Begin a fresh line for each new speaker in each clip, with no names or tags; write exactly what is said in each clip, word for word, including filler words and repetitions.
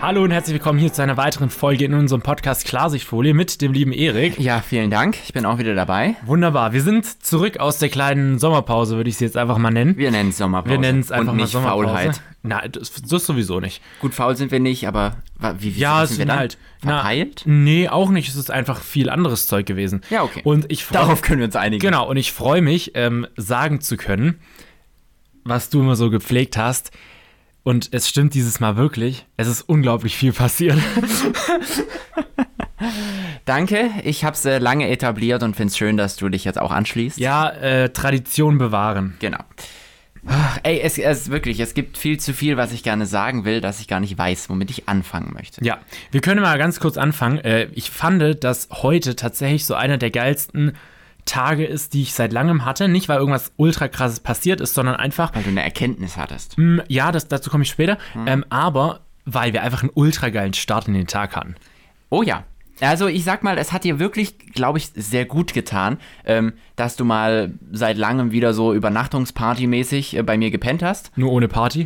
Hallo und herzlich willkommen hier zu einer weiteren Folge in unserem Podcast Klarsichtfolie mit dem lieben Erik.
Ja, vielen Dank. Ich bin auch wieder dabei.
Wunderbar. Wir sind zurück aus der kleinen Sommerpause, würde ich sie jetzt einfach mal nennen.
Wir nennen es Sommerpause.
Wir nennen es einfach
und
mal
nicht
Sommerpause.
Faulheit.
Nein, das, das sowieso nicht.
Gut, faul sind wir nicht, aber wie, wie
ja,
sind
es
wir
sind
dann?
halt
Verpeilt?
Na, nee, auch nicht. Es ist einfach viel anderes Zeug gewesen.
Ja, okay.
Und ich freu,
Darauf können wir uns einigen.
Genau, und ich freue mich, ähm, sagen zu können, was du immer so gepflegt hast. Und es stimmt dieses Mal wirklich. Es ist unglaublich viel passiert.
Danke, ich habe es äh, lange etabliert und finde es schön, dass du dich jetzt auch anschließt.
Ja, äh, Tradition bewahren.
Genau. Ach, ey, es, es wirklich, es gibt viel zu viel, was ich gerne sagen will, dass ich gar nicht weiß, womit ich anfangen möchte.
Ja, wir können mal ganz kurz anfangen. Äh, ich fand, dass heute tatsächlich so einer der geilsten Tage ist, die ich seit langem hatte. Nicht, weil irgendwas ultra krasses passiert ist, sondern einfach...
Weil du eine Erkenntnis hattest.
Mh, ja, das, dazu komme ich später. Hm. Ähm, aber weil wir einfach einen ultra geilen Start in den Tag hatten.
Oh ja. Also ich sag mal, es hat dir wirklich, glaube ich, sehr gut getan, ähm, dass du mal seit langem wieder so Übernachtungsparty-mäßig äh, bei mir gepennt hast.
Nur ohne Party?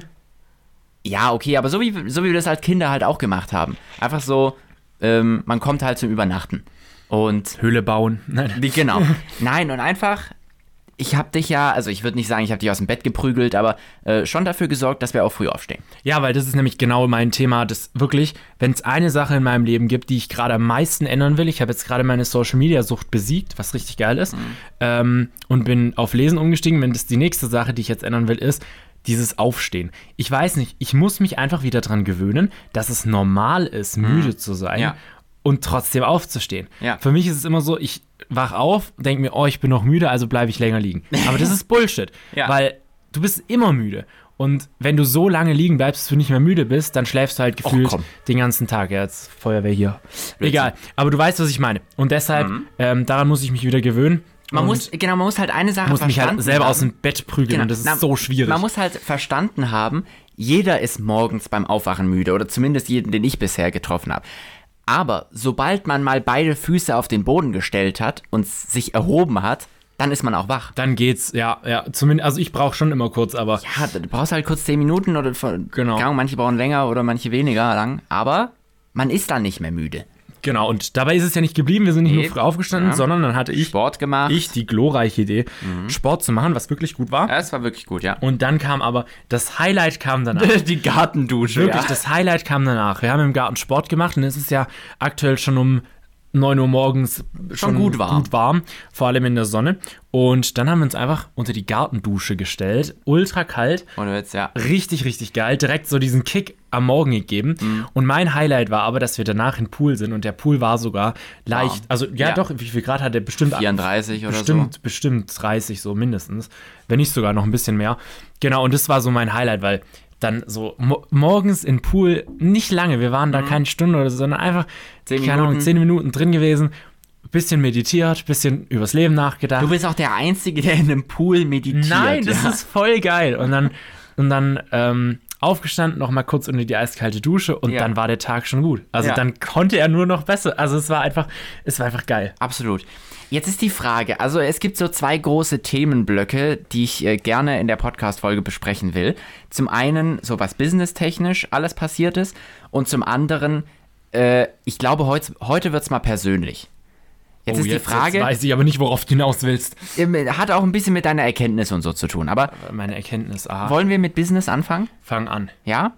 Ja, okay, aber so wie, so wie wir das als Kinder halt auch gemacht haben. Einfach so, ähm, man kommt halt zum Übernachten. Und
Höhle bauen.
Nein. Genau. Nein, und einfach, ich habe dich ja, also ich würde nicht sagen, ich habe dich aus dem Bett geprügelt, aber äh, schon dafür gesorgt, dass wir auch früh aufstehen.
Ja, weil das ist nämlich genau mein Thema, das wirklich, wenn es eine Sache in meinem Leben gibt, die ich gerade am meisten ändern will, ich habe jetzt gerade meine Social-Media-Sucht besiegt, was richtig geil ist, mhm. ähm, und bin auf Lesen umgestiegen, wenn das die nächste Sache, die ich jetzt ändern will, ist, dieses Aufstehen. Ich weiß nicht, ich muss mich einfach wieder dran gewöhnen, dass es normal ist, müde mhm. zu sein. Ja. Und trotzdem aufzustehen. Ja. Für mich ist es immer so, ich wach auf, denke mir, oh, ich bin noch müde, also bleibe ich länger liegen. Aber das ist Bullshit, ja. Weil du bist immer müde. Und wenn du so lange liegen bleibst, dass du nicht mehr müde bist, dann schläfst du halt gefühlt oh, den ganzen Tag. Ja, jetzt Feuerwehr hier. Blödsinn. Egal, aber du weißt, was ich meine. Und deshalb, mhm. ähm, daran muss ich mich wieder gewöhnen.
Man muss, genau, man muss halt eine Sache
muss
verstanden
mich halt selber
haben.
aus dem Bett prügeln genau. Und das ist Na, so schwierig.
Man muss halt verstanden haben, jeder ist morgens beim Aufwachen müde oder zumindest jeden, den ich bisher getroffen habe. Aber sobald man mal beide Füße auf den Boden gestellt hat und sich erhoben hat, dann ist man auch wach.
Dann geht's, ja, ja. Zumindest, also ich brauche schon immer kurz, aber...
Ja, du brauchst halt kurz zehn Minuten oder... Genau. Keine Ahnung, manche brauchen länger oder manche weniger lang, aber man ist dann nicht mehr müde.
Genau, und dabei ist es ja nicht geblieben, wir sind nicht nee. nur früh aufgestanden, ja. sondern dann hatte ich
Sport gemacht.
Ich die glorreiche Idee, mhm. Sport zu machen, was wirklich gut war.
Ja, es war wirklich gut, ja.
Und dann kam aber, das Highlight kam danach.
Die Gartendusche,
Wirklich,
ja.
das Highlight kam danach. Wir haben im Garten Sport gemacht und es ist ja aktuell schon um neun Uhr morgens schon,
schon gut, warm.
gut warm, vor allem in der Sonne. Und dann haben wir uns einfach unter die Gartendusche gestellt, ultra kalt,
und jetzt, ja.
richtig, richtig geil, direkt so diesen Kick am Morgen gegeben. Mhm. Und mein Highlight war aber, dass wir danach im Pool sind und der Pool war sogar leicht, wow. also ja, ja doch, wie viel Grad hat der? Bestimmt
vierunddreißig oder
bestimmt,
so.
Bestimmt dreißig so mindestens, wenn nicht sogar noch ein bisschen mehr. Genau, und das war so mein Highlight, weil dann so mo- morgens im Pool, nicht lange, wir waren da mhm. keine Stunde oder so, sondern einfach,
zehn
keine
Minuten.
Ahnung, zehn Minuten drin gewesen, bisschen meditiert, bisschen übers Leben nachgedacht.
Du bist auch der Einzige, der in einem Pool meditiert.
Nein, das
ja.
ist voll geil. Und dann, und dann ähm, aufgestanden, noch mal kurz unter die eiskalte Dusche und ja. dann war der Tag schon gut. Also ja. dann konnte er nur noch besser. Also es war einfach, es war einfach geil.
Absolut. Jetzt ist die Frage, also es gibt so zwei große Themenblöcke, die ich äh, gerne in der Podcast-Folge besprechen will. Zum einen, so was businesstechnisch alles passiert ist und zum anderen, äh, ich glaube, heut, heute wird es mal persönlich. Jetzt
oh,
ist
jetzt,
die Frage...
Jetzt weiß ich aber nicht, worauf du hinaus willst.
Hat auch ein bisschen mit deiner Erkenntnis und so zu tun, aber...
Meine Erkenntnis, aha.
Wollen wir mit Business anfangen?
Fang an.
Ja?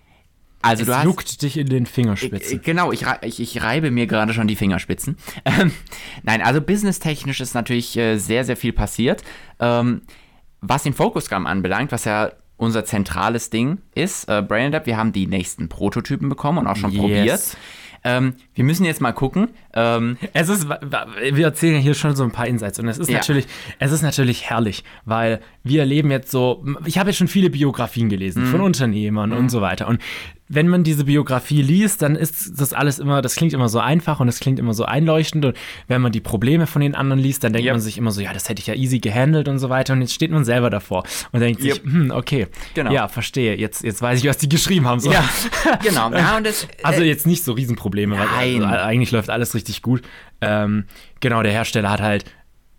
Also
es
du hast,
juckt dich in den Fingerspitzen.
Genau, ich, ich, ich reibe mir gerade schon die Fingerspitzen. Ähm, nein, also businesstechnisch ist natürlich äh, sehr, sehr viel passiert. Ähm, was den Focusgram anbelangt, was ja unser zentrales Ding ist, äh, BrainAdapt, wir haben die nächsten Prototypen bekommen und auch schon yes. probiert. Ähm, wir müssen jetzt mal gucken. Ähm,
es ist, wir erzählen ja hier schon so ein paar Insights und es ist ja. natürlich, es ist natürlich herrlich, weil wir erleben jetzt so, ich habe jetzt schon viele Biografien gelesen mhm. von Unternehmern mhm. und so weiter und wenn man diese Biografie liest, dann ist das alles immer, das klingt immer so einfach und es klingt immer so einleuchtend und wenn man die Probleme von den anderen liest, dann denkt yep. man sich immer so, ja, das hätte ich ja easy gehandelt und so weiter und jetzt steht man selber davor und denkt yep. sich, hm, okay, genau. ja, verstehe, jetzt, jetzt weiß ich, was die geschrieben haben. So.
Ja, genau. Ja, und das, äh,
also jetzt nicht so Riesenprobleme, weil also, eigentlich läuft alles richtig gut. Ähm, genau, der Hersteller hat halt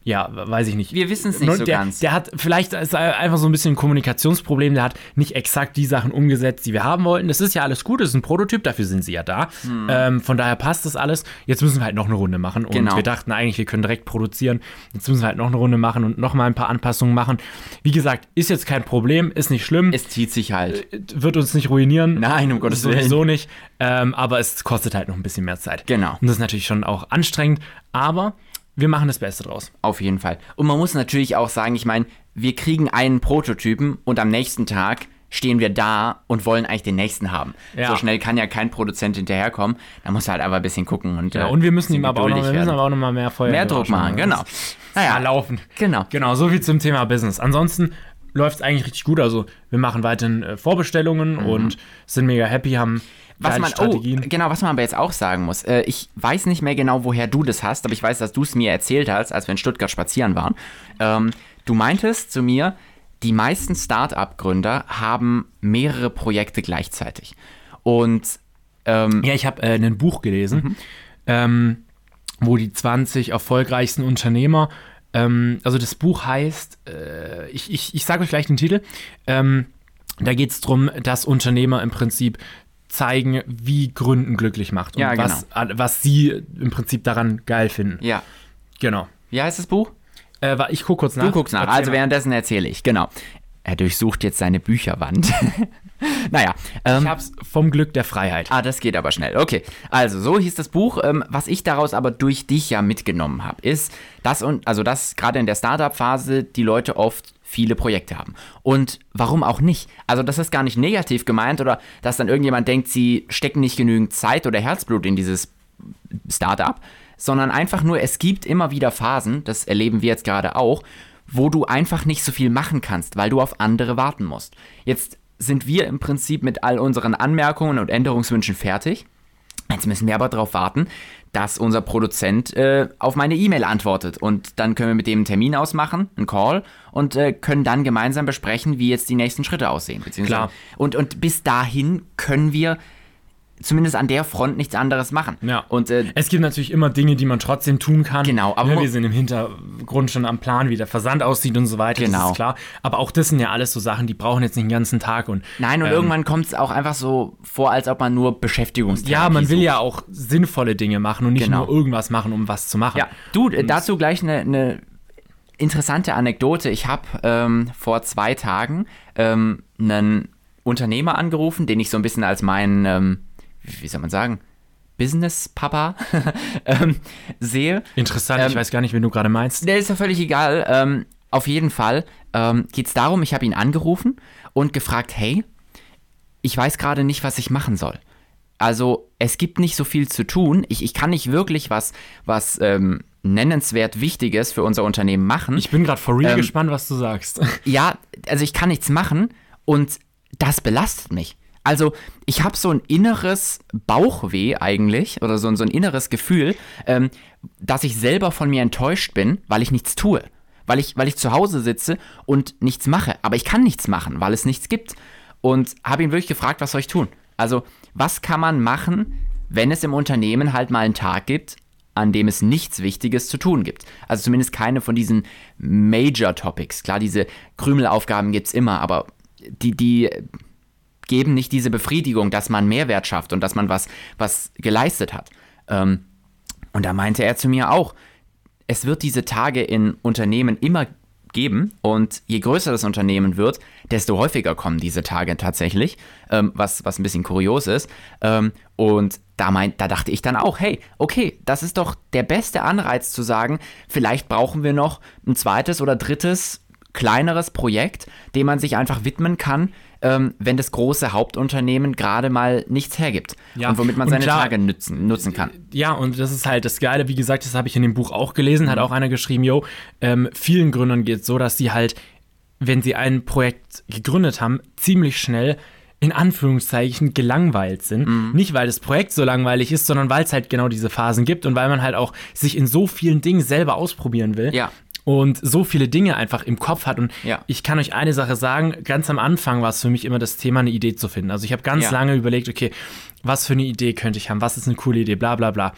Ja, weiß ich nicht.
Wir wissen es nicht so
der,
ganz.
Der hat, vielleicht ist er einfach so ein bisschen ein Kommunikationsproblem, der hat nicht exakt die Sachen umgesetzt, die wir haben wollten. Das ist ja alles gut, das ist ein Prototyp, dafür sind sie ja da. Hm. Ähm, von daher passt das alles. Jetzt müssen wir halt noch eine Runde machen und
genau.
wir dachten eigentlich, wir können direkt produzieren. Jetzt müssen wir halt noch eine Runde machen und noch mal ein paar Anpassungen machen. Wie gesagt, ist jetzt kein Problem, ist nicht schlimm.
Es zieht sich halt.
Wird uns nicht ruinieren.
Nein, um Gottes Willen.
Sowieso nicht. Ähm, aber es kostet halt noch ein bisschen mehr Zeit.
Genau.
Und das ist natürlich schon auch anstrengend, aber wir machen das Beste draus.
Auf jeden Fall. Und man muss natürlich auch sagen, ich meine, wir kriegen einen Prototypen und am nächsten Tag stehen wir da und wollen eigentlich den nächsten haben. Ja. So schnell kann ja kein Produzent hinterherkommen. Da muss er halt einfach ein bisschen gucken. Und,
ja, und wir müssen ihm aber auch noch, wir müssen aber auch noch mal mehr Feuer
Mehr Druck machen, genau.
Naja, ja, laufen.
Genau.
Genau, so viel zum Thema Business. Ansonsten läuft es eigentlich richtig gut. Also wir machen weiterhin äh, Vorbestellungen mhm. und sind mega happy, haben
was man, Strategien. Oh, genau, was man aber jetzt auch sagen muss, äh, ich weiß nicht mehr genau, woher du das hast, aber ich weiß, dass du es mir erzählt hast, als wir in Stuttgart spazieren waren. Ähm, du meintest zu mir, die meisten Start-up-Gründer haben mehrere Projekte gleichzeitig. Und ähm,
ja, ich habe äh, ein Buch gelesen, mhm. ähm, wo die zwanzig erfolgreichsten Unternehmer, ähm, also das Buch heißt, äh, ich, ich, ich sage euch gleich den Titel, ähm, da geht es darum, dass Unternehmer im Prinzip zeigen, wie Gründen glücklich macht und
ja, genau.
was, was sie im Prinzip daran geil finden.
Ja.
Genau.
Wie heißt das Buch?
Äh, ich gucke kurz nach.
Du guckst nach, Erzähl also währenddessen erzähle ich, genau. Er durchsucht jetzt seine Bücherwand. naja. Ähm,
ich hab's vom Glück der Freiheit.
Ah, das geht aber schnell. Okay, also so hieß das Buch. Ähm, was ich daraus aber durch dich ja mitgenommen habe, ist, dass, und, also dass gerade in der Startup-Phase die Leute oft viele Projekte haben. Und warum auch nicht? Also das ist gar nicht negativ gemeint oder dass dann irgendjemand denkt, sie stecken nicht genügend Zeit oder Herzblut in dieses Startup, sondern einfach nur, es gibt immer wieder Phasen, das erleben wir jetzt gerade auch, wo du einfach nicht so viel machen kannst, weil du auf andere warten musst. Jetzt sind wir im Prinzip mit all unseren Anmerkungen und Änderungswünschen fertig. Jetzt müssen wir aber darauf warten, dass unser Produzent äh, auf meine E-Mail antwortet. Und dann können wir mit dem einen Termin ausmachen, einen Call, und äh, können dann gemeinsam besprechen, wie jetzt die nächsten Schritte aussehen.
Klar.
Und, und bis dahin können wir zumindest an der Front nichts anderes machen.
Ja.
Und, äh,
es gibt natürlich immer Dinge, die man trotzdem tun kann.
Genau.
Aber ja, wir sind im Hintergrund schon am Plan, wie der Versand aussieht und so weiter.
Genau.
Das ist klar. Aber auch das sind ja alles so Sachen, die brauchen jetzt nicht den ganzen Tag. Und,
Nein, und ähm, irgendwann kommt es auch einfach so vor, als ob man nur Beschäftigungstherapie
Ja, man will
sucht.
ja auch sinnvolle Dinge machen und nicht
genau.
nur irgendwas machen, um was zu machen.
Ja, du, und dazu gleich eine, eine interessante Anekdote. Ich habe ähm, vor zwei Tagen ähm, einen Unternehmer angerufen, den ich so ein bisschen als meinen ähm, wie soll man sagen, Business-Papa ähm, sehe.
Interessant, ähm, ich weiß gar nicht, wen du gerade meinst.
Der ist ja völlig egal. Ähm, auf jeden Fall ähm, geht es darum, ich habe ihn angerufen und gefragt, hey, ich weiß gerade nicht, was ich machen soll. Also es gibt nicht so viel zu tun. Ich, ich kann nicht wirklich was, was ähm, nennenswert Wichtiges für unser Unternehmen machen.
Ich bin gerade for real
ähm,
gespannt, was du sagst.
Ja, also ich kann nichts machen und das belastet mich. Also ich habe so ein inneres Bauchweh eigentlich oder so, so ein inneres Gefühl, ähm, dass ich selber von mir enttäuscht bin, weil ich nichts tue. Weil ich, weil ich zu Hause sitze und nichts mache. Aber ich kann nichts machen, weil es nichts gibt. Und habe ihn wirklich gefragt, was soll ich tun? Also was kann man machen, wenn es im Unternehmen halt mal einen Tag gibt, an dem es nichts Wichtiges zu tun gibt? Also zumindest keine von diesen Major Topics. Klar, diese Krümelaufgaben gibt es immer, aber die, die geben nicht diese Befriedigung, dass man Mehrwert schafft und dass man was, was geleistet hat. Ähm, und da meinte er zu mir auch, es wird diese Tage in Unternehmen immer geben und je größer das Unternehmen wird, desto häufiger kommen diese Tage tatsächlich, ähm, was, was ein bisschen kurios ist. Ähm, und da, meint, da dachte ich dann auch, hey, okay, das ist doch der beste Anreiz zu sagen, vielleicht brauchen wir noch ein zweites oder drittes kleineres Projekt, dem man sich einfach widmen kann, ähm, wenn das große Hauptunternehmen gerade mal nichts hergibt.
Ja,
und womit man
und
seine
klar,
Tage nutzen, nutzen kann.
Ja, und das ist halt das Geile, wie gesagt, das habe ich in dem Buch auch gelesen, mhm. hat auch einer geschrieben, yo, ähm, vielen Gründern geht es so, dass sie halt, wenn sie ein Projekt gegründet haben, ziemlich schnell in Anführungszeichen gelangweilt sind. Mhm. Nicht, weil das Projekt so langweilig ist, sondern weil es halt genau diese Phasen gibt und weil man halt auch sich in so vielen Dingen selber ausprobieren will.
Ja.
Und so viele Dinge einfach im Kopf hat. Und
ja.
ich kann euch eine Sache sagen, ganz am Anfang war es für mich immer das Thema, eine Idee zu finden. Also ich habe ganz
ja.
lange überlegt, okay, was für eine Idee könnte ich haben, was ist eine coole Idee, bla bla bla.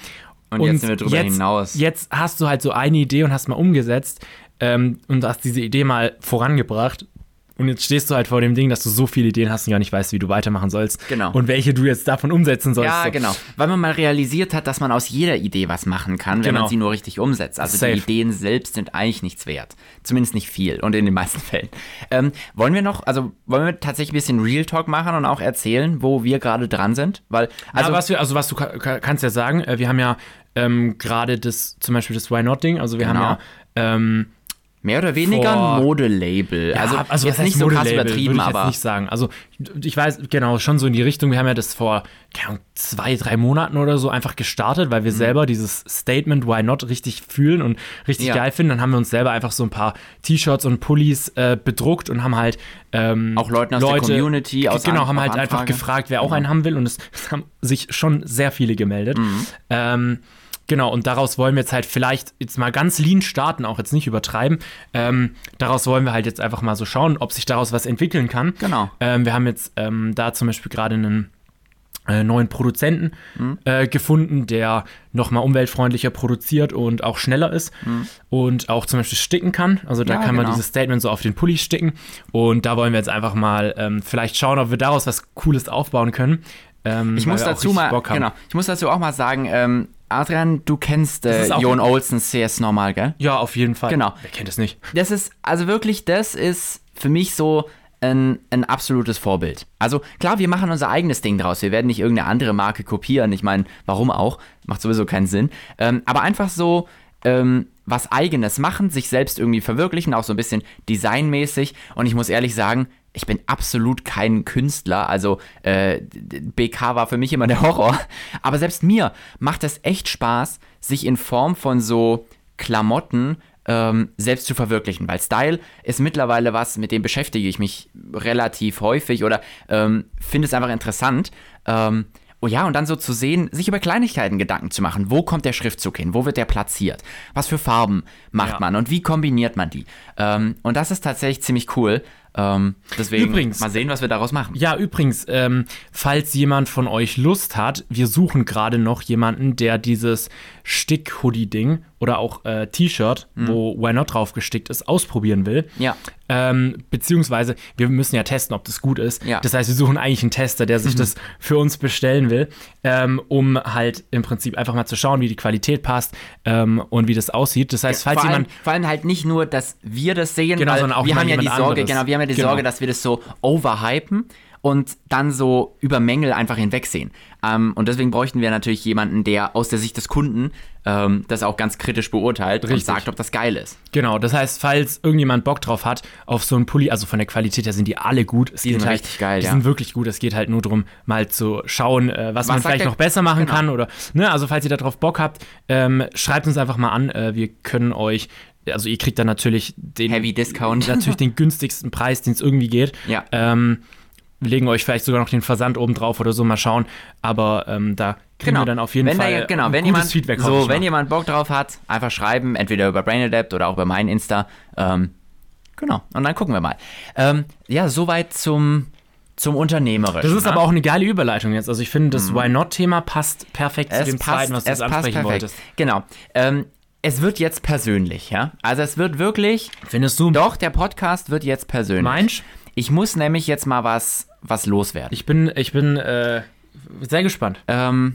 Und jetzt sind wir drüber
jetzt,
hinaus.
Jetzt hast du halt so eine Idee und hast mal umgesetzt ähm, und hast diese Idee mal vorangebracht. Und jetzt stehst du halt vor dem Ding, dass du so viele Ideen hast und gar nicht weißt, wie du weitermachen sollst.
Genau.
Und welche du jetzt davon umsetzen sollst.
Ja,
so.
genau. Weil man mal realisiert hat, dass man aus jeder Idee was machen kann, wenn
Genau.
man sie nur richtig umsetzt. Also
Safe.
die Ideen selbst sind eigentlich nichts wert. Zumindest nicht viel und in den meisten Fällen. Ähm, wollen wir noch, also wollen wir tatsächlich ein bisschen Real Talk machen und auch erzählen, wo wir gerade dran sind? Weil, also,
Also, was, wir, also was du ka- ka- kannst ja sagen, äh, wir haben ja ähm, gerade das, zum Beispiel das Why Not-Ding, also wir
Genau.
haben ja ähm,
mehr oder weniger
vor-
ein Modelabel.
Ja,
also,
also
jetzt
was heißt
nicht so krass
Modelabel,
übertrieben,
würde ich jetzt
aber
nicht sagen. Also ich weiß, genau, schon so in die Richtung, wir haben ja das vor keine Ahnung, zwei, drei Monaten oder so einfach gestartet, weil wir mhm. selber dieses Statement Why Not richtig fühlen und richtig
Ja.
geil finden. Dann haben wir uns selber einfach so ein paar T-Shirts und Pullis äh, bedruckt und haben halt ähm,
auch Leuten aus
Leute,
der Community, aus
genau,
An-
haben
auf
halt einfach
Anfrage.
gefragt, wer auch
Genau.
einen haben will und es, es haben sich schon sehr viele gemeldet.
Mhm.
Ähm, Genau, und daraus wollen wir jetzt halt vielleicht jetzt mal ganz lean starten, auch jetzt nicht übertreiben. Ähm, daraus wollen wir halt jetzt einfach mal so schauen, ob sich daraus was entwickeln kann.
Genau.
Ähm, wir haben jetzt ähm, da zum Beispiel gerade einen äh, neuen Produzenten
Mhm.
äh, gefunden, der nochmal umweltfreundlicher produziert und auch schneller ist
Mhm.
und auch zum Beispiel sticken kann. Also da
Ja,
kann man
genau.
dieses Statement so auf den Pulli sticken. Und da wollen wir jetzt einfach mal ähm, vielleicht schauen, ob wir daraus was Cooles aufbauen können. Ähm,
Ich
weil
muss
wir auch
dazu
richtig
mal,
Bock haben.
genau, ich muss dazu auch mal sagen, ähm, Adrian, du kennst
Das
äh,
ist auch-
Jon Olsens C S normal, gell?
Ja, auf jeden Fall.
Genau.
Wer kennt es nicht?
Das ist, also wirklich, das ist für mich so ein, ein absolutes Vorbild. Also klar, wir machen unser eigenes Ding draus. Wir werden nicht irgendeine andere Marke kopieren. Ich meine, warum auch? Macht sowieso keinen Sinn. Ähm, aber einfach so ähm, was Eigenes machen, sich selbst irgendwie verwirklichen, auch so ein bisschen designmäßig. Und ich muss ehrlich sagen, ich bin absolut kein Künstler, also äh, B K war für mich immer der Horror, aber selbst mir macht es echt Spaß, sich in Form von so Klamotten ähm, selbst zu verwirklichen, weil Style ist mittlerweile was, mit dem beschäftige ich mich relativ häufig oder ähm, finde es einfach interessant. Ähm, Oh ja, und dann so zu sehen, sich über Kleinigkeiten Gedanken zu machen. Wo kommt der Schriftzug hin? Wo wird der platziert? Was für Farben macht
Ja.
man und wie kombiniert man die? Ähm, und das ist tatsächlich ziemlich cool. Ähm, deswegen
Übrigens-
mal sehen, was wir daraus machen.
Ja, übrigens, ähm, falls jemand von euch Lust hat, wir suchen gerade noch jemanden, der dieses Stick-Hoodie-Ding oder auch äh, T-Shirt, wo Why Not drauf gestickt ist, ausprobieren will.
Ja.
Ähm, beziehungsweise, wir müssen ja testen, ob das gut ist.
Ja.
Das heißt, wir suchen eigentlich einen Tester, der sich das für uns bestellen will, ähm, um halt im Prinzip einfach mal zu schauen, wie die Qualität passt ähm, und wie das aussieht. Das heißt, falls
vor, allem,
jemand...
vor allem halt nicht nur, dass wir das sehen,
Genau,
weil
sondern auch
wir
mal
haben ja die
jemand
Sorge,
anderes.
genau, wir haben ja die
Genau.
Sorge, dass wir das so overhypen und dann so über Mängel einfach hinwegsehen. Ähm, und deswegen bräuchten wir natürlich jemanden, der aus der Sicht des Kunden ähm, das auch ganz kritisch beurteilt und
Richtig.
sagt, ob das geil ist.
Genau, das heißt, falls irgendjemand Bock drauf hat, auf so einen Pulli, also von der Qualität her sind die alle gut. Es
Die
geht
sind
halt,
richtig geil,
Die
ja.
sind wirklich gut. Es geht halt nur darum, mal zu schauen, äh, was, man
sagt
vielleicht
der-
noch besser machen
Genau.
kann. Oder, ne, also falls ihr darauf Bock habt, ähm, schreibt uns einfach mal an. Äh, wir können euch, also ihr kriegt dann natürlich den,
Heavy Discount.
natürlich den günstigsten Preis, den es irgendwie geht.
Ja.
Ähm, wir legen euch vielleicht sogar noch den Versand oben drauf oder so, mal schauen. Aber ähm, da kriegen wir dann auf jeden
wenn
Fall
Da, genau,
ein
wenn
gutes
jemand,
Feedback. hoffe
so,
ich
wenn
mal.
jemand Bock drauf hat, einfach schreiben, entweder über Brainadapt oder auch über mein Insta. Ähm, genau, und dann gucken wir mal. Ähm, ja, soweit zum, zum Unternehmerischen.
Das ist
ne?
aber auch eine geile Überleitung jetzt. Also ich finde, das Why Not-Thema passt perfekt zu
es
dem
passt,
Zweiten, was du
es
jetzt
passt
ansprechen
perfekt.
wolltest.
Genau. Ähm, es wird jetzt persönlich, ja? Also es wird wirklich,
Findest du?
doch, der Podcast wird jetzt persönlich.
Meinst?
Ich muss nämlich jetzt mal was, was loswerden.
Ich bin, ich bin äh, sehr gespannt.
ähm,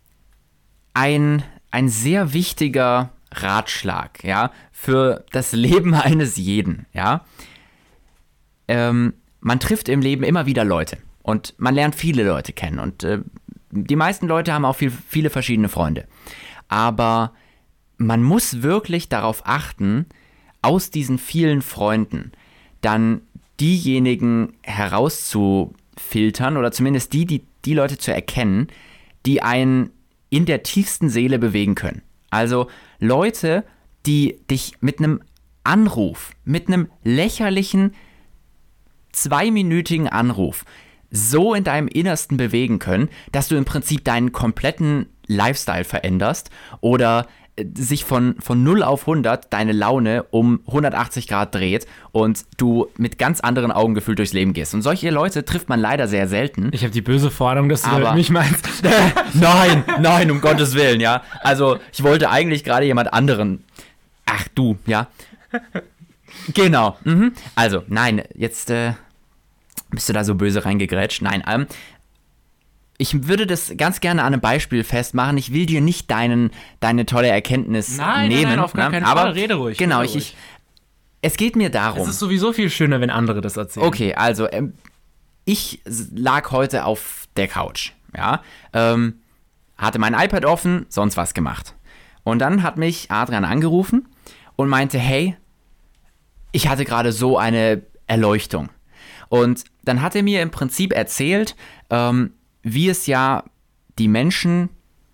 ein, ein sehr wichtiger Ratschlag, ja, für das Leben eines jeden, ja. Ähm, man trifft im Leben immer wieder Leute und man lernt viele Leute kennen und äh, die meisten Leute haben auch viel, viele verschiedene Freunde. Aber man muss wirklich darauf achten, aus diesen vielen Freunden dann diejenigen herauszufiltern oder zumindest die, die, die Leute zu erkennen, die einen in der tiefsten Seele bewegen können. Also Leute, die dich mit einem Anruf, mit einem lächerlichen zweiminütigen Anruf so in deinem Innersten bewegen können, dass du im Prinzip deinen kompletten Lifestyle veränderst oder sich von, von null auf hundert deine Laune um hundertachtzig Grad dreht und du mit ganz anderen Augen gefühlt durchs Leben gehst. Und solche Leute trifft man leider sehr selten.
Ich habe die böse Vorahnung, dass du
Aber-
das nicht meinst.
Nein, nein, um Gottes Willen, ja. Also, ich wollte eigentlich gerade jemand anderen. Ach du, ja. Genau. Mhm. Also, nein, jetzt äh, bist du da so böse reingegrätscht. Nein, ähm, ich würde das ganz gerne an einem Beispiel festmachen. Ich will dir nicht deinen, deine tolle Erkenntnis
Nein,
nehmen.
nein, auf gar
ne?
keinen
Aber
Fall. Rede ruhig.
Genau,
rede
ich,
ruhig.
ich, es geht mir darum.
Es ist sowieso viel schöner, wenn andere das erzählen.
Okay, also ähm, ich s- lag heute auf der Couch, ja, ähm, hatte mein iPad offen, sonst was gemacht. Und dann hat mich Adrian angerufen und meinte, hey, ich hatte gerade so eine Erleuchtung. Und dann hat er mir im Prinzip erzählt, ähm, wie es ja die Menschen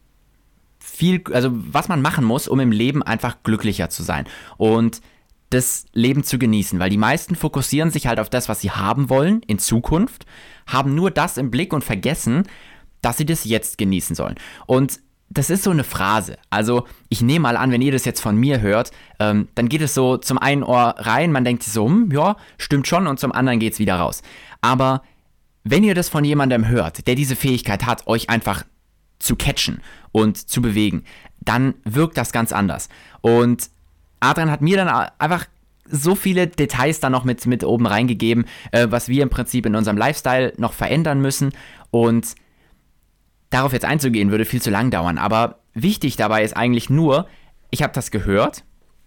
viel, also was man machen muss, um im Leben einfach glücklicher zu sein und das Leben zu genießen, weil die meisten fokussieren sich halt auf das, was sie haben wollen in Zukunft, haben nur das im Blick und vergessen, dass sie das jetzt genießen sollen. Und das ist so eine Phrase. Also ich nehme mal an, wenn ihr das jetzt von mir hört, ähm, dann geht es so zum einen Ohr rein, man denkt sich so, hm, ja, stimmt schon, und zum anderen geht es wieder raus. Aber wenn ihr das von jemandem hört, der diese Fähigkeit hat, euch einfach zu catchen und zu bewegen, dann wirkt das ganz anders. Und Adrian hat mir dann einfach so viele Details dann noch mit, mit oben reingegeben, äh, was wir im Prinzip in unserem Lifestyle noch verändern müssen. Und darauf jetzt einzugehen, würde viel zu lang dauern. Aber wichtig dabei ist eigentlich nur, ich habe das gehört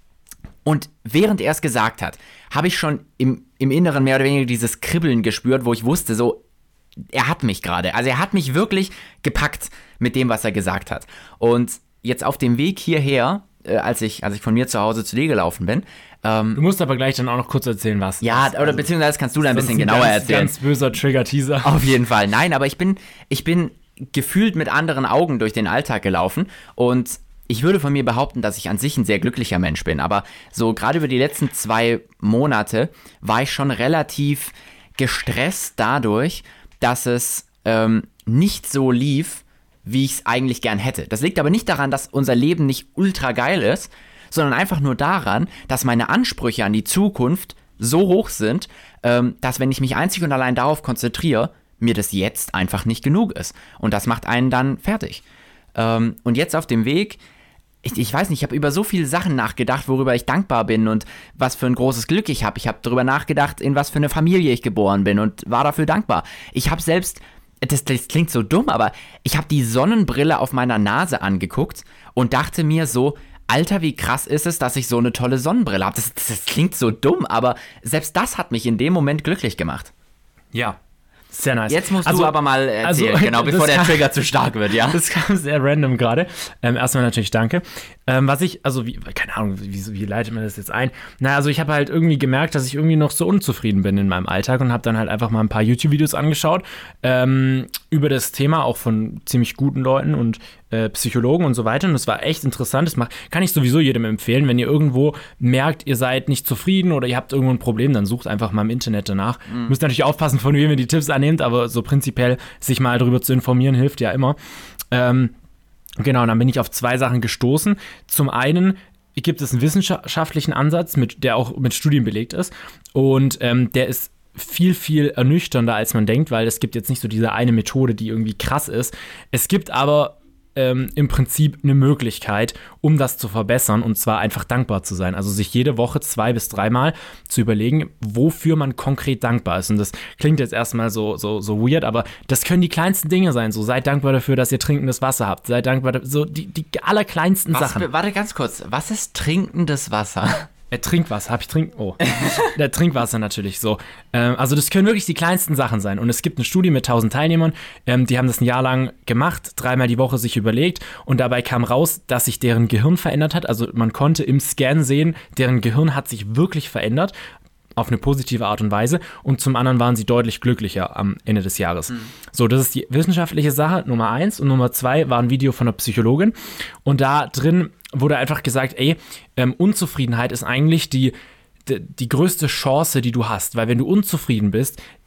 und während er es gesagt hat, habe ich schon im, im Inneren mehr oder weniger dieses Kribbeln gespürt, wo ich wusste, so, er hat mich gerade. Also er hat mich wirklich gepackt mit dem, was er gesagt hat. Und jetzt auf dem Weg hierher, äh, als, ich, als ich von mir zu Hause zu dir gelaufen bin, ähm,
Du musst aber gleich dann auch noch kurz erzählen, was.
ja,
was,
oder beziehungsweise kannst du da ein
sonst
bisschen genauer
ganz,
erzählen.
Ganz böser Trigger-Teaser.
Auf jeden Fall. Nein, aber ich bin, ich bin gefühlt mit anderen Augen durch den Alltag gelaufen und ich würde von mir behaupten, dass ich an sich ein sehr glücklicher Mensch bin, aber so gerade über die letzten zwei Monate war ich schon relativ gestresst dadurch, dass es ähm, nicht so lief, wie ich es eigentlich gern hätte. Das liegt aber nicht daran, dass unser Leben nicht ultra geil ist, sondern einfach nur daran, dass meine Ansprüche an die Zukunft so hoch sind, ähm, dass wenn ich mich einzig und allein darauf konzentriere, mir das jetzt einfach nicht genug ist. Und das macht einen dann fertig. Ähm, und jetzt auf dem Weg, ich, ich weiß nicht, ich habe über so viele Sachen nachgedacht, worüber ich dankbar bin und was für ein großes Glück ich habe. Ich habe darüber nachgedacht, in was für eine Familie ich geboren bin und war dafür dankbar. Ich habe selbst, das, das klingt so dumm, aber ich habe die Sonnenbrille auf meiner Nase angeguckt und dachte mir so, Alter, wie krass ist es, dass ich so eine tolle Sonnenbrille habe. Das, das, das klingt so dumm, aber selbst das hat mich in dem Moment glücklich gemacht.
Ja. Sehr nice.
Jetzt musst
Also-
du aber mal erzählen,
also,
genau,
das
bevor der
kann-
Trigger zu stark wird, ja?
Das kam sehr random gerade. Ähm, erstmal natürlich danke. Ähm, was ich, also, wie, keine Ahnung, wie, wie leitet man das jetzt ein? Naja, also ich habe halt irgendwie gemerkt, dass ich irgendwie noch so unzufrieden bin in meinem Alltag und habe dann halt einfach mal ein paar YouTube-Videos angeschaut ähm, über das Thema, auch von ziemlich guten Leuten und äh, Psychologen und so weiter. Und das war echt interessant. Das macht, kann ich sowieso jedem empfehlen. Wenn ihr irgendwo merkt, ihr seid nicht zufrieden oder ihr habt irgendwo ein Problem, dann sucht einfach mal im Internet danach. Mhm. Müsst natürlich aufpassen, von wem ihr die Tipps annehmt, aber so prinzipiell sich mal darüber zu informieren, hilft ja immer. Ähm, genau, und dann bin ich auf zwei Sachen gestoßen. Zum einen gibt es einen wissenschaftlichen Ansatz, mit, der auch mit Studien belegt ist. Und ähm, der ist viel, viel ernüchternder, als man denkt, weil es gibt jetzt nicht so diese eine Methode, die irgendwie krass ist. Es gibt aber ähm, im Prinzip eine Möglichkeit, um das zu verbessern, und zwar einfach dankbar zu sein. Also sich jede Woche zwei bis dreimal zu überlegen, wofür man konkret dankbar ist. Und das klingt jetzt erstmal so, so, so weird, aber das können die kleinsten Dinge sein. So, seid dankbar dafür, dass ihr trinkendes Wasser habt. Seid dankbar dafür, so die, die allerkleinsten
Was,
Sachen.
warte ganz kurz, was ist trinkendes Wasser?
Äh, Trinkwasser, hab ich Trink... Oh. Der Trinkwasser natürlich, so. Ähm, also das können wirklich die kleinsten Sachen sein. Und es gibt eine Studie mit tausend Teilnehmern, ähm, die haben das ein Jahr lang gemacht, dreimal die Woche sich überlegt und dabei kam raus, dass sich deren Gehirn verändert hat. Also man konnte im Scan sehen, deren Gehirn hat sich wirklich verändert, auf eine positive Art und Weise, und zum anderen waren sie deutlich glücklicher am Ende des Jahres. Mhm. So, das ist die wissenschaftliche Sache, Nummer eins. Und Nummer zwei war ein Video von einer Psychologin. Und da drin wurde einfach gesagt, ey, ähm, Unzufriedenheit ist eigentlich die, die, die größte Chance, die du hast. Weil wenn du unzufrieden bist, dann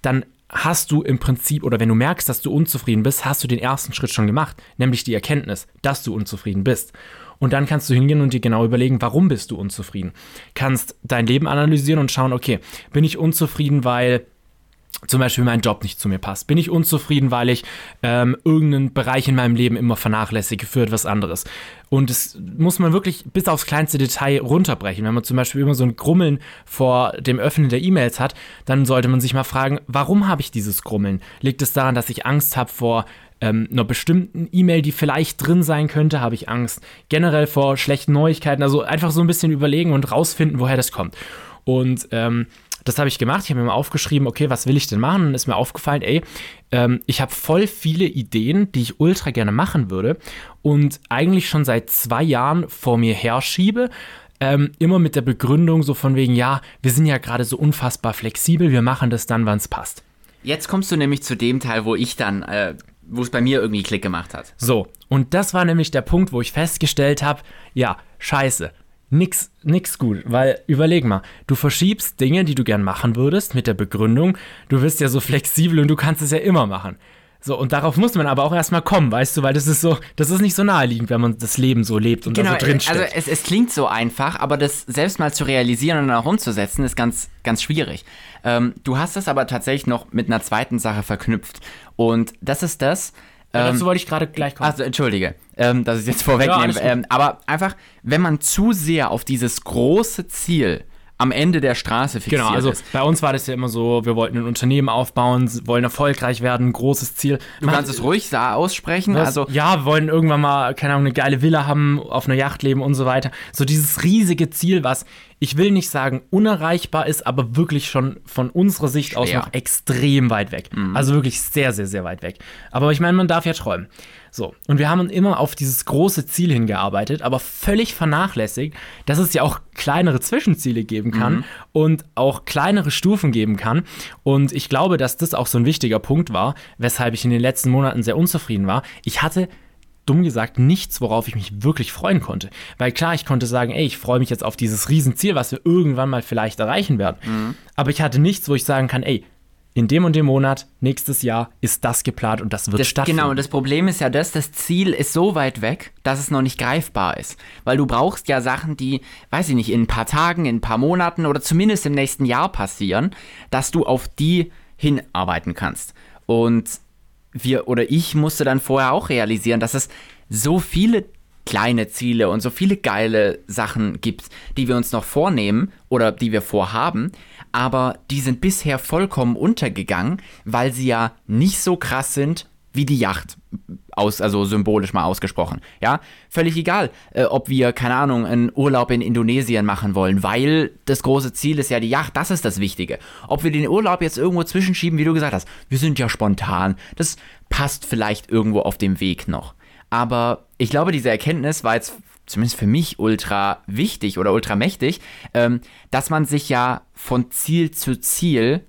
hast du im Prinzip, oder wenn du merkst, dass du unzufrieden bist, hast du den ersten Schritt schon gemacht, nämlich die Erkenntnis, dass du unzufrieden bist. Und dann kannst du hingehen und dir genau überlegen, warum bist du unzufrieden. Kannst dein Leben analysieren und schauen, okay, bin ich unzufrieden, weil zum Beispiel mein Job nicht zu mir passt? Bin ich unzufrieden, weil ich ähm, irgendeinen Bereich in meinem Leben immer vernachlässige für etwas anderes? Und das muss man wirklich bis aufs kleinste Detail runterbrechen. Wenn man zum Beispiel immer so ein Grummeln vor dem Öffnen der E-Mails hat, dann sollte man sich mal fragen, warum habe ich dieses Grummeln? Liegt es daran, dass ich Angst habe vor ähm, einer bestimmten E-Mail, die vielleicht drin sein könnte? Habe ich Angst generell vor schlechten Neuigkeiten? Also einfach so ein bisschen überlegen und rausfinden, woher das kommt. Und ähm, das habe ich gemacht. Ich habe mir mal aufgeschrieben, okay, was will ich denn machen? Und ist mir aufgefallen, ey, ähm, ich habe voll viele Ideen, die ich ultra gerne machen würde und eigentlich schon seit zwei Jahren vor mir herschiebe. Ähm, immer mit der Begründung so von wegen, ja, wir sind ja gerade so unfassbar flexibel, wir machen das dann, wann es passt.
Jetzt kommst du nämlich zu dem Teil, wo ich dann, äh, wo es bei mir irgendwie Klick gemacht hat.
So, und das war nämlich der Punkt, wo ich festgestellt habe, ja, scheiße. Nix, nix gut, weil überleg mal, du verschiebst Dinge, die du gern machen würdest, mit der Begründung, du bist ja so flexibel und du kannst es ja immer machen. So, und darauf muss man aber auch erstmal kommen, weißt du, weil das ist so, das ist nicht so naheliegend, wenn man das Leben so lebt und
genau,
da so drinsteckt.
Also es, es klingt so einfach, aber das selbst mal zu realisieren und dann auch umzusetzen, ist ganz, ganz schwierig. Ähm, du hast das aber tatsächlich noch mit einer zweiten Sache verknüpft und das ist das,
Ja, dazu wollte ich gerade gleich kommen.
Also, entschuldige, ähm, dass ich es jetzt vorwegnehme.
Ja,
ähm, aber einfach, wenn man zu sehr auf dieses große Ziel am Ende der Straße fixiert
Genau, also
ist.
bei uns war das ja immer so, wir wollten ein Unternehmen aufbauen, wollen erfolgreich werden, ein großes Ziel.
Du
Man,
kannst es ruhig sa- aussprechen.
was,
Also,
ja, wir wollen irgendwann mal, keine Ahnung, eine geile Villa haben, auf einer Yacht leben und so weiter. So dieses riesige Ziel, was, ich will nicht sagen unerreichbar ist, aber wirklich schon von unserer Sicht aus
Schwer.
noch extrem weit weg. Mhm. Also wirklich sehr, sehr, sehr weit weg. Aber ich meine, man darf ja träumen. So, und wir haben immer auf dieses große Ziel hingearbeitet, aber völlig vernachlässigt, dass es ja auch kleinere Zwischenziele geben kann mhm. und auch kleinere Stufen geben kann. Und ich glaube, dass das auch so ein wichtiger Punkt war, weshalb ich in den letzten Monaten sehr unzufrieden war. Ich hatte dumm gesagt nichts, worauf ich mich wirklich freuen konnte. Weil klar, ich konnte sagen, ey, ich freue mich jetzt auf dieses Riesenziel, was wir irgendwann mal vielleicht erreichen werden. Mhm. Aber ich hatte nichts, wo ich sagen kann, ey, in dem und dem Monat, nächstes Jahr, ist das geplant und das wird
das,
stattfinden.
Genau, und das Problem ist ja das, das Ziel ist so weit weg, dass es noch nicht greifbar ist. Weil du brauchst ja Sachen, die, weiß ich nicht, in ein paar Tagen, in ein paar Monaten oder zumindest im nächsten Jahr passieren, dass du auf die hinarbeiten kannst. Und wir oder ich musste dann vorher auch realisieren, dass es so viele kleine Ziele und so viele geile Sachen gibt, die wir uns noch vornehmen oder die wir vorhaben, aber die sind bisher vollkommen untergegangen, weil sie ja nicht so krass sind wie die Yacht, aus, also symbolisch mal ausgesprochen. Ja, völlig egal, äh, ob wir, keine Ahnung, einen Urlaub in Indonesien machen wollen, weil das große Ziel ist ja die Yacht, das ist das Wichtige. Ob wir den Urlaub jetzt irgendwo zwischenschieben, wie du gesagt hast, wir sind ja spontan, das passt vielleicht irgendwo auf dem Weg noch. Aber ich glaube, diese Erkenntnis war jetzt zumindest für mich ultra wichtig oder ultra mächtig, ähm, dass man sich ja von Ziel zu Ziel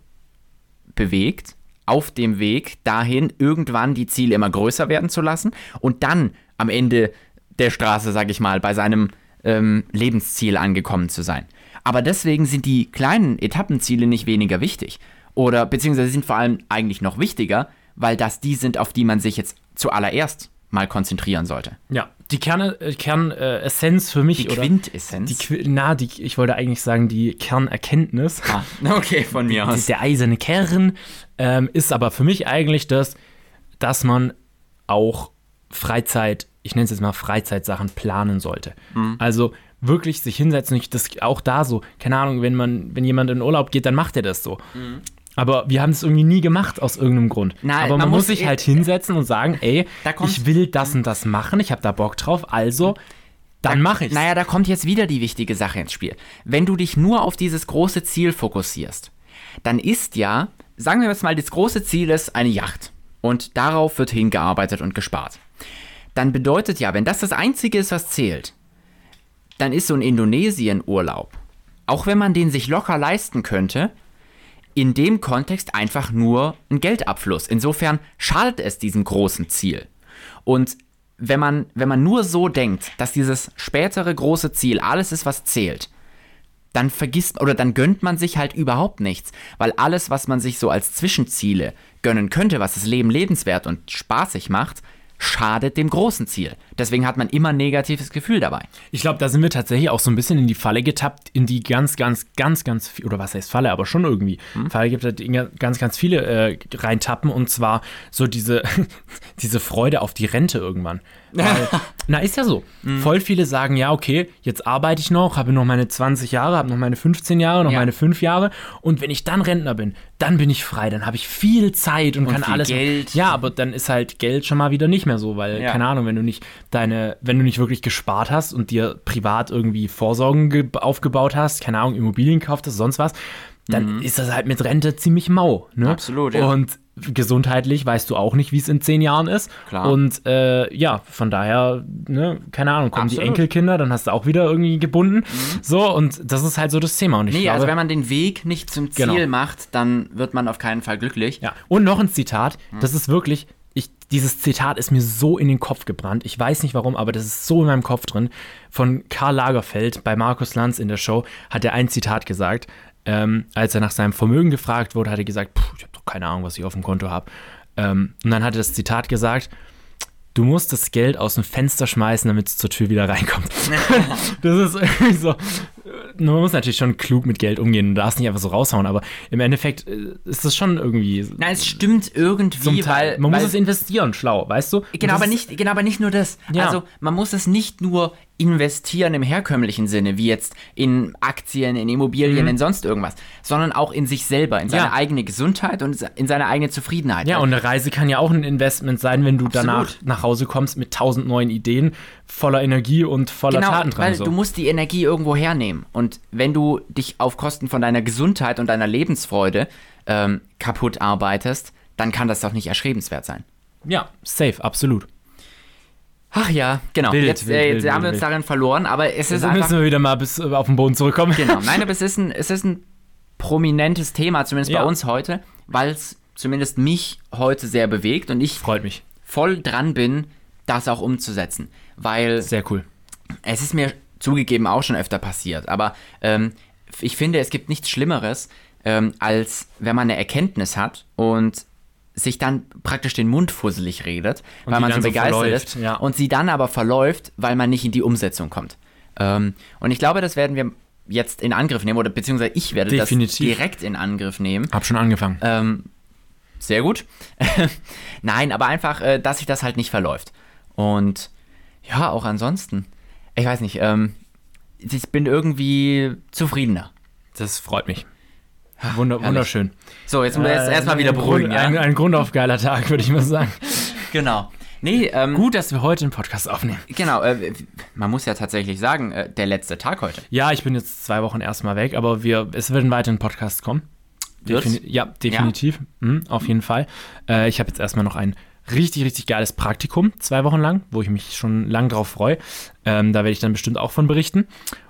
bewegt, auf dem Weg dahin, irgendwann die Ziele immer größer werden zu lassen und dann am Ende der Straße, sag ich mal, bei seinem ähm, Lebensziel angekommen zu sein. Aber deswegen sind die kleinen Etappenziele nicht weniger wichtig. Oder beziehungsweise sind vor allem eigentlich noch wichtiger, weil das die sind, auf die man sich jetzt zuallererst mal konzentrieren sollte.
Ja, die Kerne, äh, Kernessenz für mich,
die
oder?
Quintessenz?
Die Qui- na, die, ich wollte eigentlich sagen, die Kernerkenntnis.
Ah, okay, von mir aus.
Der eiserne Kern ähm, ist aber für mich eigentlich das, dass man auch Freizeit, ich nenne es jetzt mal Freizeitsachen planen sollte. Mhm. Also wirklich sich hinsetzen, ich das auch da so, keine Ahnung, wenn man, wenn jemand in Urlaub geht, dann macht er das so. Mhm. Aber wir haben es irgendwie nie gemacht aus irgendeinem Grund.
Nein,
aber man, man muss sich
e-
halt hinsetzen und sagen, ey, ich will das und das machen, ich habe da Bock drauf, also dann
da,
mache ich's.
Naja, da kommt jetzt wieder die wichtige Sache ins Spiel. Wenn du dich nur auf dieses große Ziel fokussierst, dann ist ja, sagen wir jetzt mal, das große Ziel ist eine Yacht. Und darauf wird hingearbeitet und gespart. Dann bedeutet ja, wenn das das Einzige ist, was zählt, dann ist so ein Indonesien-Urlaub, auch wenn man den sich locker leisten könnte, in dem Kontext einfach nur ein Geldabfluss. Insofern schadet es diesem großen Ziel. Und wenn man, wenn man nur so denkt, dass dieses spätere große Ziel alles ist, was zählt, dann vergisst oder dann gönnt man sich halt überhaupt nichts. Weil alles, was man sich so als Zwischenziele gönnen könnte, was das Leben lebenswert und spaßig macht, schadet dem großen Ziel. Deswegen hat man immer ein negatives Gefühl dabei.
Ich glaube, da sind wir tatsächlich auch so ein bisschen in die Falle getappt, in die ganz, ganz, ganz, ganz viel, oder was heißt Falle, aber schon irgendwie. Hm. Falle gibt es ganz, ganz viele äh, reintappen, und zwar so diese, diese Freude auf die Rente irgendwann. Weil, na, ist ja so. Mhm. Voll viele sagen, ja, okay, jetzt arbeite ich noch, habe noch meine zwanzig Jahre, habe noch meine fünfzehn Jahre, noch ja. meine fünf Jahre, und wenn ich dann Rentner bin, dann bin ich frei, dann habe ich viel Zeit und, und kann
viel
alles.
Geld.
Ja, aber dann ist halt Geld schon mal wieder nicht mehr so, weil, ja. keine Ahnung, wenn du nicht deine, wenn du nicht wirklich gespart hast und dir privat irgendwie Vorsorgen ge- aufgebaut hast, keine Ahnung, Immobilien gekauft hast, sonst was, dann mhm. ist das halt mit Rente ziemlich mau. Ne?
Absolut, ja.
Und gesundheitlich weißt du auch nicht, wie es in zehn Jahren ist.
Klar.
Und äh, ja, von daher, ne, keine Ahnung, kommen
Absolut.
die Enkelkinder, dann hast du auch wieder irgendwie gebunden. Mhm. So, und das ist halt so das Thema. Und ich
nee,
glaube,
also wenn man den Weg nicht zum Ziel
genau.
macht, dann wird man auf keinen Fall glücklich.
Ja. Und noch ein Zitat, mhm. das ist wirklich, ich, dieses Zitat ist mir so in den Kopf gebrannt. Ich weiß nicht warum, aber das ist so in meinem Kopf drin. Von Karl Lagerfeld bei Markus Lanz in der Show hat er ein Zitat gesagt. Ähm, als er nach seinem Vermögen gefragt wurde, hat er gesagt, ich habe doch keine Ahnung, was ich auf dem Konto habe. Ähm, und dann hat er das Zitat gesagt, du musst das Geld aus dem Fenster schmeißen, damit es zur Tür wieder reinkommt. Das ist irgendwie so. Man muss natürlich schon klug mit Geld umgehen, du darfst nicht einfach so raushauen, aber im Endeffekt ist das schon irgendwie.
Nein, es stimmt irgendwie,
Teil,
weil
man
weil
muss es investieren, schlau, weißt du?
Genau, aber nicht, genau, aber nicht nur das.
Ja.
Also man muss es nicht nur investieren im herkömmlichen Sinne, wie jetzt in Aktien, in Immobilien,
Mhm.
in sonst irgendwas, sondern auch in sich selber, in seine
Ja.
eigene Gesundheit und in seine eigene Zufriedenheit.
Ja, und eine Reise kann ja auch ein Investment sein, wenn du
Absolut.
danach nach Hause kommst mit tausend neuen Ideen, voller Energie und voller
Genau,
Taten dran.
weil
So.
du musst die Energie irgendwo hernehmen. Und wenn du dich auf Kosten von deiner Gesundheit und deiner Lebensfreude ähm, kaputt arbeitest, dann kann das doch nicht erstrebenswert sein.
Ja, safe, absolut.
Ach ja, genau.
Wild,
jetzt
wild,
äh,
wild,
jetzt
wild,
haben wir uns
wild.
darin verloren, aber es ist
Jetzt
einfach...
müssen wir wieder mal bis auf den Boden zurückkommen.
Genau, nein, aber es ist ein, es ist ein prominentes Thema, zumindest
Ja.
bei uns heute, weil es zumindest mich heute sehr bewegt und ich
Freut mich.
voll dran bin, das auch umzusetzen. Weil
Sehr cool.
es ist mir zugegeben auch schon öfter passiert, aber ähm, ich finde, es gibt nichts Schlimmeres, ähm, als wenn man eine Erkenntnis hat und sich dann praktisch den Mund fusselig redet,
Und
weil
die
man so
dann so
begeistert
verläuft,
ist
ja.
und sie dann aber verläuft, weil man nicht in die Umsetzung kommt. Ähm, und ich glaube, das werden wir jetzt in Angriff nehmen, oder beziehungsweise ich werde
Definitiv.
das direkt in Angriff nehmen.
Hab schon angefangen.
Ähm, sehr gut. Nein, aber einfach, äh, dass sich das halt nicht verläuft. Und ja, auch ansonsten, ich weiß nicht, ähm, ich bin irgendwie zufriedener.
Das freut mich. Wunder,
herrlich.
wunderschön.
So, jetzt, jetzt erstmal wieder
ein
beruhigen,
Grund, ein,
ja?
ein grundaufgeiler Tag, würde ich mal sagen.
Genau. Nee, ähm,
Gut, dass wir heute einen Podcast aufnehmen.
genau, äh, man muss ja tatsächlich sagen, äh, der letzte Tag heute.
Ja, ich bin jetzt zwei Wochen erstmal weg, aber wir, es werden weiterhin Podcasts kommen.
Wird's?
Defini- ja, definitiv. Mhm, auf jeden Fall. Äh, ich habe jetzt erstmal noch ein richtig, richtig geiles Praktikum, zwei Wochen lang, wo ich mich schon lang drauf freue. Ähm, da werde ich dann bestimmt auch von berichten.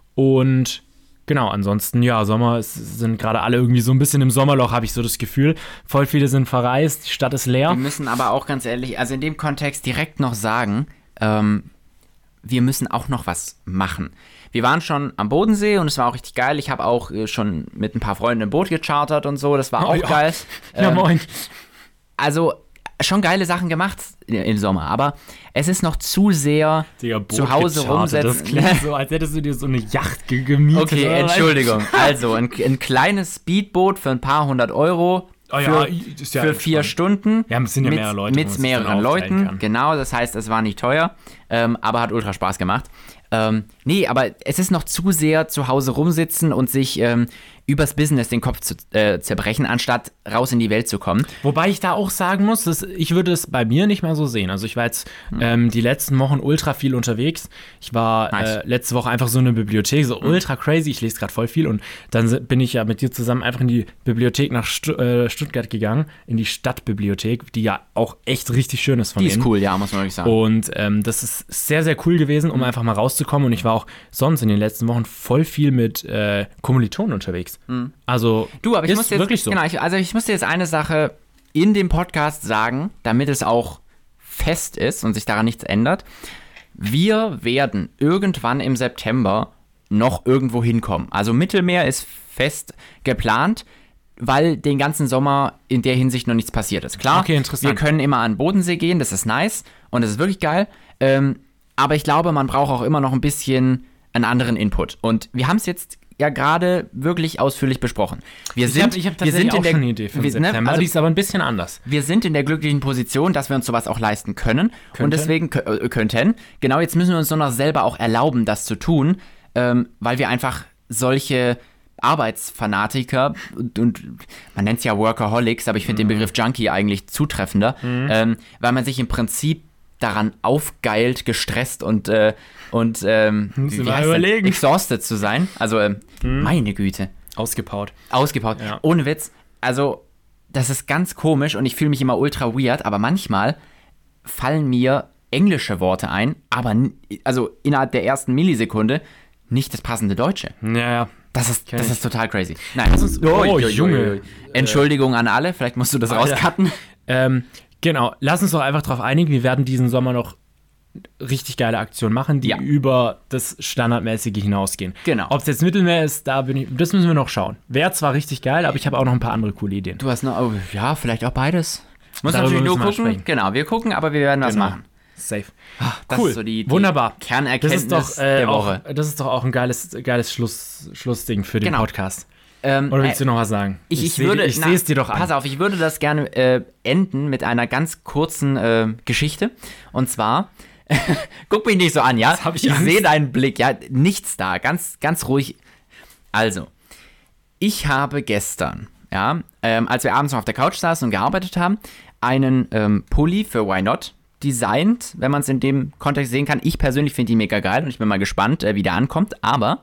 Und genau, ansonsten, ja, Sommer, es sind gerade alle irgendwie so ein bisschen im Sommerloch, habe ich so das Gefühl. Voll viele sind verreist, die Stadt ist leer.
Wir müssen aber auch ganz ehrlich, also in dem Kontext direkt noch sagen, ähm, wir müssen auch noch was machen. Wir waren schon am Bodensee und es war auch richtig geil. Ich habe auch äh, schon mit ein paar Freunden ein Boot gechartert und so, das war
Oh,
auch
ja.
geil.
Ja,
Ähm,
moin.
Also schon geile Sachen gemacht im Sommer, aber es ist noch zu sehr
Digga, Boot
zu Hause
gechartert. Das
rumsetzen.
klingt so, als hättest du dir so eine Yacht ge- gemietet.
Okay,
oder was?
Entschuldigung. Also ein, ein kleines Speedboot für ein paar hundert Euro
Oh
für,
ja, ist ja
für vier
entspannt.
Stunden.
Ja, es sind ja
mit,
mehrere Leute, wo man
Mit
sich
mehreren
dann aufteilen
Leuten,
kann.
genau. Das heißt, es war nicht teuer, ähm, aber hat ultra Spaß gemacht. Ähm, nee, aber es ist noch zu sehr zu Hause rumsitzen und sich ähm, übers Business den Kopf zu äh, zerbrechen, anstatt raus in die Welt zu kommen.
Wobei ich da auch sagen muss, dass ich würde es bei mir nicht mal so sehen. Also ich war jetzt ähm, die letzten Wochen ultra viel unterwegs. Ich war
Nice.
äh, letzte Woche einfach so in der Bibliothek, so ultra crazy. Ich lese gerade voll viel und dann se- bin ich ja mit dir zusammen einfach in die Bibliothek nach Stu- äh, Stuttgart gegangen, in die Stadtbibliothek, die ja auch echt richtig schön ist von
Die ist
innen.
cool, ja, muss man wirklich sagen.
Und ähm, das ist sehr, sehr cool gewesen, um einfach mal rauszukommen. Und ich war auch sonst in den letzten Wochen voll viel mit äh, Kommilitonen unterwegs. Also
Du, aber ich
ist
muss jetzt,
wirklich so.
genau, ich, also ich muss dir jetzt eine Sache in dem Podcast sagen, damit es auch fest ist und sich daran nichts ändert. Wir werden irgendwann im September noch irgendwo hinkommen. Also Mittelmeer ist fest geplant, weil den ganzen Sommer in der Hinsicht noch nichts passiert ist. Klar,
okay, interessant.
Wir können immer an den Bodensee gehen, das ist nice und das ist wirklich geil. Ähm, aber ich glaube, man braucht auch immer noch ein bisschen einen anderen Input. Und wir haben es jetzt ja gerade wirklich ausführlich besprochen. Wir
Ich
sind,
habe ich hab
wir
tatsächlich
sind in
auch
der,
schon eine Idee für
wir,
den September,
ne, also
die ist aber ein bisschen anders.
wir sind in der glücklichen Position, dass wir uns sowas auch leisten können.
Könnten.
Und deswegen äh, könnten. Genau, jetzt müssen wir uns nur noch selber auch erlauben, das zu tun, ähm, weil wir einfach solche Arbeitsfanatiker und, und man nennt es ja Workaholics, aber ich finde mhm. den Begriff Junkie eigentlich zutreffender, mhm. ähm, weil man sich im Prinzip daran aufgeilt, gestresst und, äh, und ähm,
wie,
wie heißt
überlegen.
Das? exhausted zu sein. Also, ähm,
mhm.
meine Güte.
Ausgepaut.
Ausgepaut.
Ja.
Ohne Witz. Also, das ist ganz komisch und ich fühle mich immer ultra weird, aber manchmal fallen mir englische Worte ein, aber n- also innerhalb der ersten Millisekunde nicht das passende Deutsche.
Ja, ja.
Das ist, das
ich.
ist total crazy. Nein,
Das ist- oh, Junge.
Entschuldigung an alle, vielleicht musst du das
Alter.
rauscutten.
Ähm, genau, lass uns doch einfach darauf einigen, wir werden diesen Sommer noch richtig geile Aktionen machen, die
Ja.
über das Standardmäßige hinausgehen.
Genau.
Ob es jetzt Mittelmeer ist, da bin ich, das müssen wir noch schauen. Wäre zwar richtig geil, aber ich habe auch noch ein paar andere coole Ideen.
Du hast noch, oh, ja, vielleicht auch beides. Muss
Darüber
natürlich nur
müssen wir
gucken.
sprechen.
Genau, wir gucken, aber wir werden was
Genau.
machen.
Safe.
Das
Cool.
ist so die, die
Wunderbar. Das
Kernerkenntnis
ist doch, äh,
der
auch,
Woche.
das ist doch auch ein geiles, geiles Schluss, Schlussding für den
Genau.
Podcast.
Ähm,
Oder willst
äh,
du noch was sagen?
Ich, ich,
seh-
würde,
ich
na,
sehe es dir doch an.
Pass auf, ich würde das gerne äh, enden mit einer ganz kurzen äh, Geschichte. Und zwar, guck mich nicht so an, ja?
Jetzt hab ich
ich
Angst.
sehe deinen Blick, ja? Nichts da, ganz, ganz ruhig. Also, ich habe gestern, ja, ähm, als wir abends noch auf der Couch saßen und gearbeitet haben, einen ähm, Pulli für Why Not designt, wenn man es in dem Kontext sehen kann. Ich persönlich finde die mega geil und ich bin mal gespannt, äh, wie der ankommt. Aber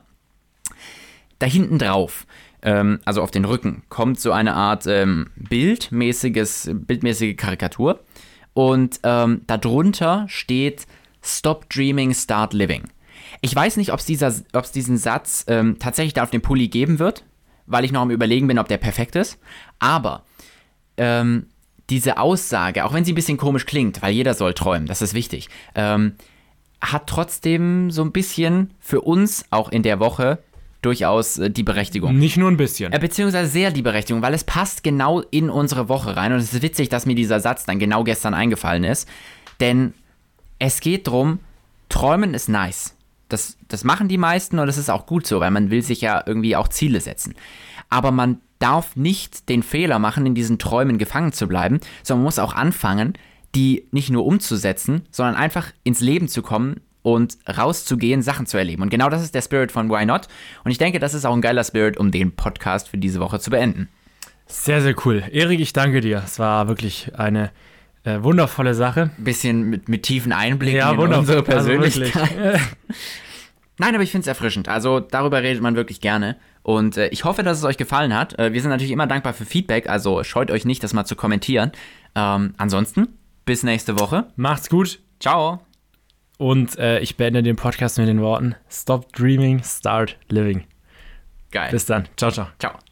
da hinten drauf, ähm, also auf den Rücken, kommt so eine Art ähm, bildmäßiges, bildmäßige Karikatur. Und ähm, darunter steht Stop Dreaming, Start Living. Ich weiß nicht, ob es diesen Satz ähm, tatsächlich da auf dem Pulli geben wird, weil ich noch am Überlegen bin, ob der perfekt ist. Aber ähm, diese Aussage, auch wenn sie ein bisschen komisch klingt, weil jeder soll träumen, das ist wichtig, ähm, hat trotzdem so ein bisschen für uns auch in der Woche durchaus äh, die Berechtigung.
Nicht nur ein bisschen.
Äh, beziehungsweise sehr die Berechtigung, weil es passt genau in unsere Woche rein. Und es ist witzig, dass mir dieser Satz dann genau gestern eingefallen ist. Denn es geht drum, träumen ist nice. Das, das machen die meisten und das ist auch gut so, weil man will sich ja irgendwie auch Ziele setzen. Aber man darf nicht den Fehler machen, in diesen Träumen gefangen zu bleiben, sondern man muss auch anfangen, die nicht nur umzusetzen, sondern einfach ins Leben zu kommen und rauszugehen, Sachen zu erleben. Und genau das ist der Spirit von Why Not. Und ich denke, das ist auch ein geiler Spirit, um den Podcast für diese Woche zu beenden.
Sehr, sehr cool. Erik, ich danke dir. Es war wirklich eine äh, wundervolle Sache.
Ein bisschen mit, mit tiefen Einblicken
Ja,
in
wundervoll.
unsere
Also
Persönlichkeit.
wirklich.
Nein, aber ich finde es erfrischend. Also darüber redet man wirklich gerne. Und äh, ich hoffe, dass es euch gefallen hat. Äh, wir sind natürlich immer dankbar für Feedback, also scheut euch nicht, das mal zu kommentieren. Ähm, ansonsten, bis nächste Woche.
Macht's gut.
Ciao.
Und äh, ich beende den Podcast mit den Worten: Stop dreaming, start living.
Geil.
Bis dann. Ciao, ciao.
Ciao.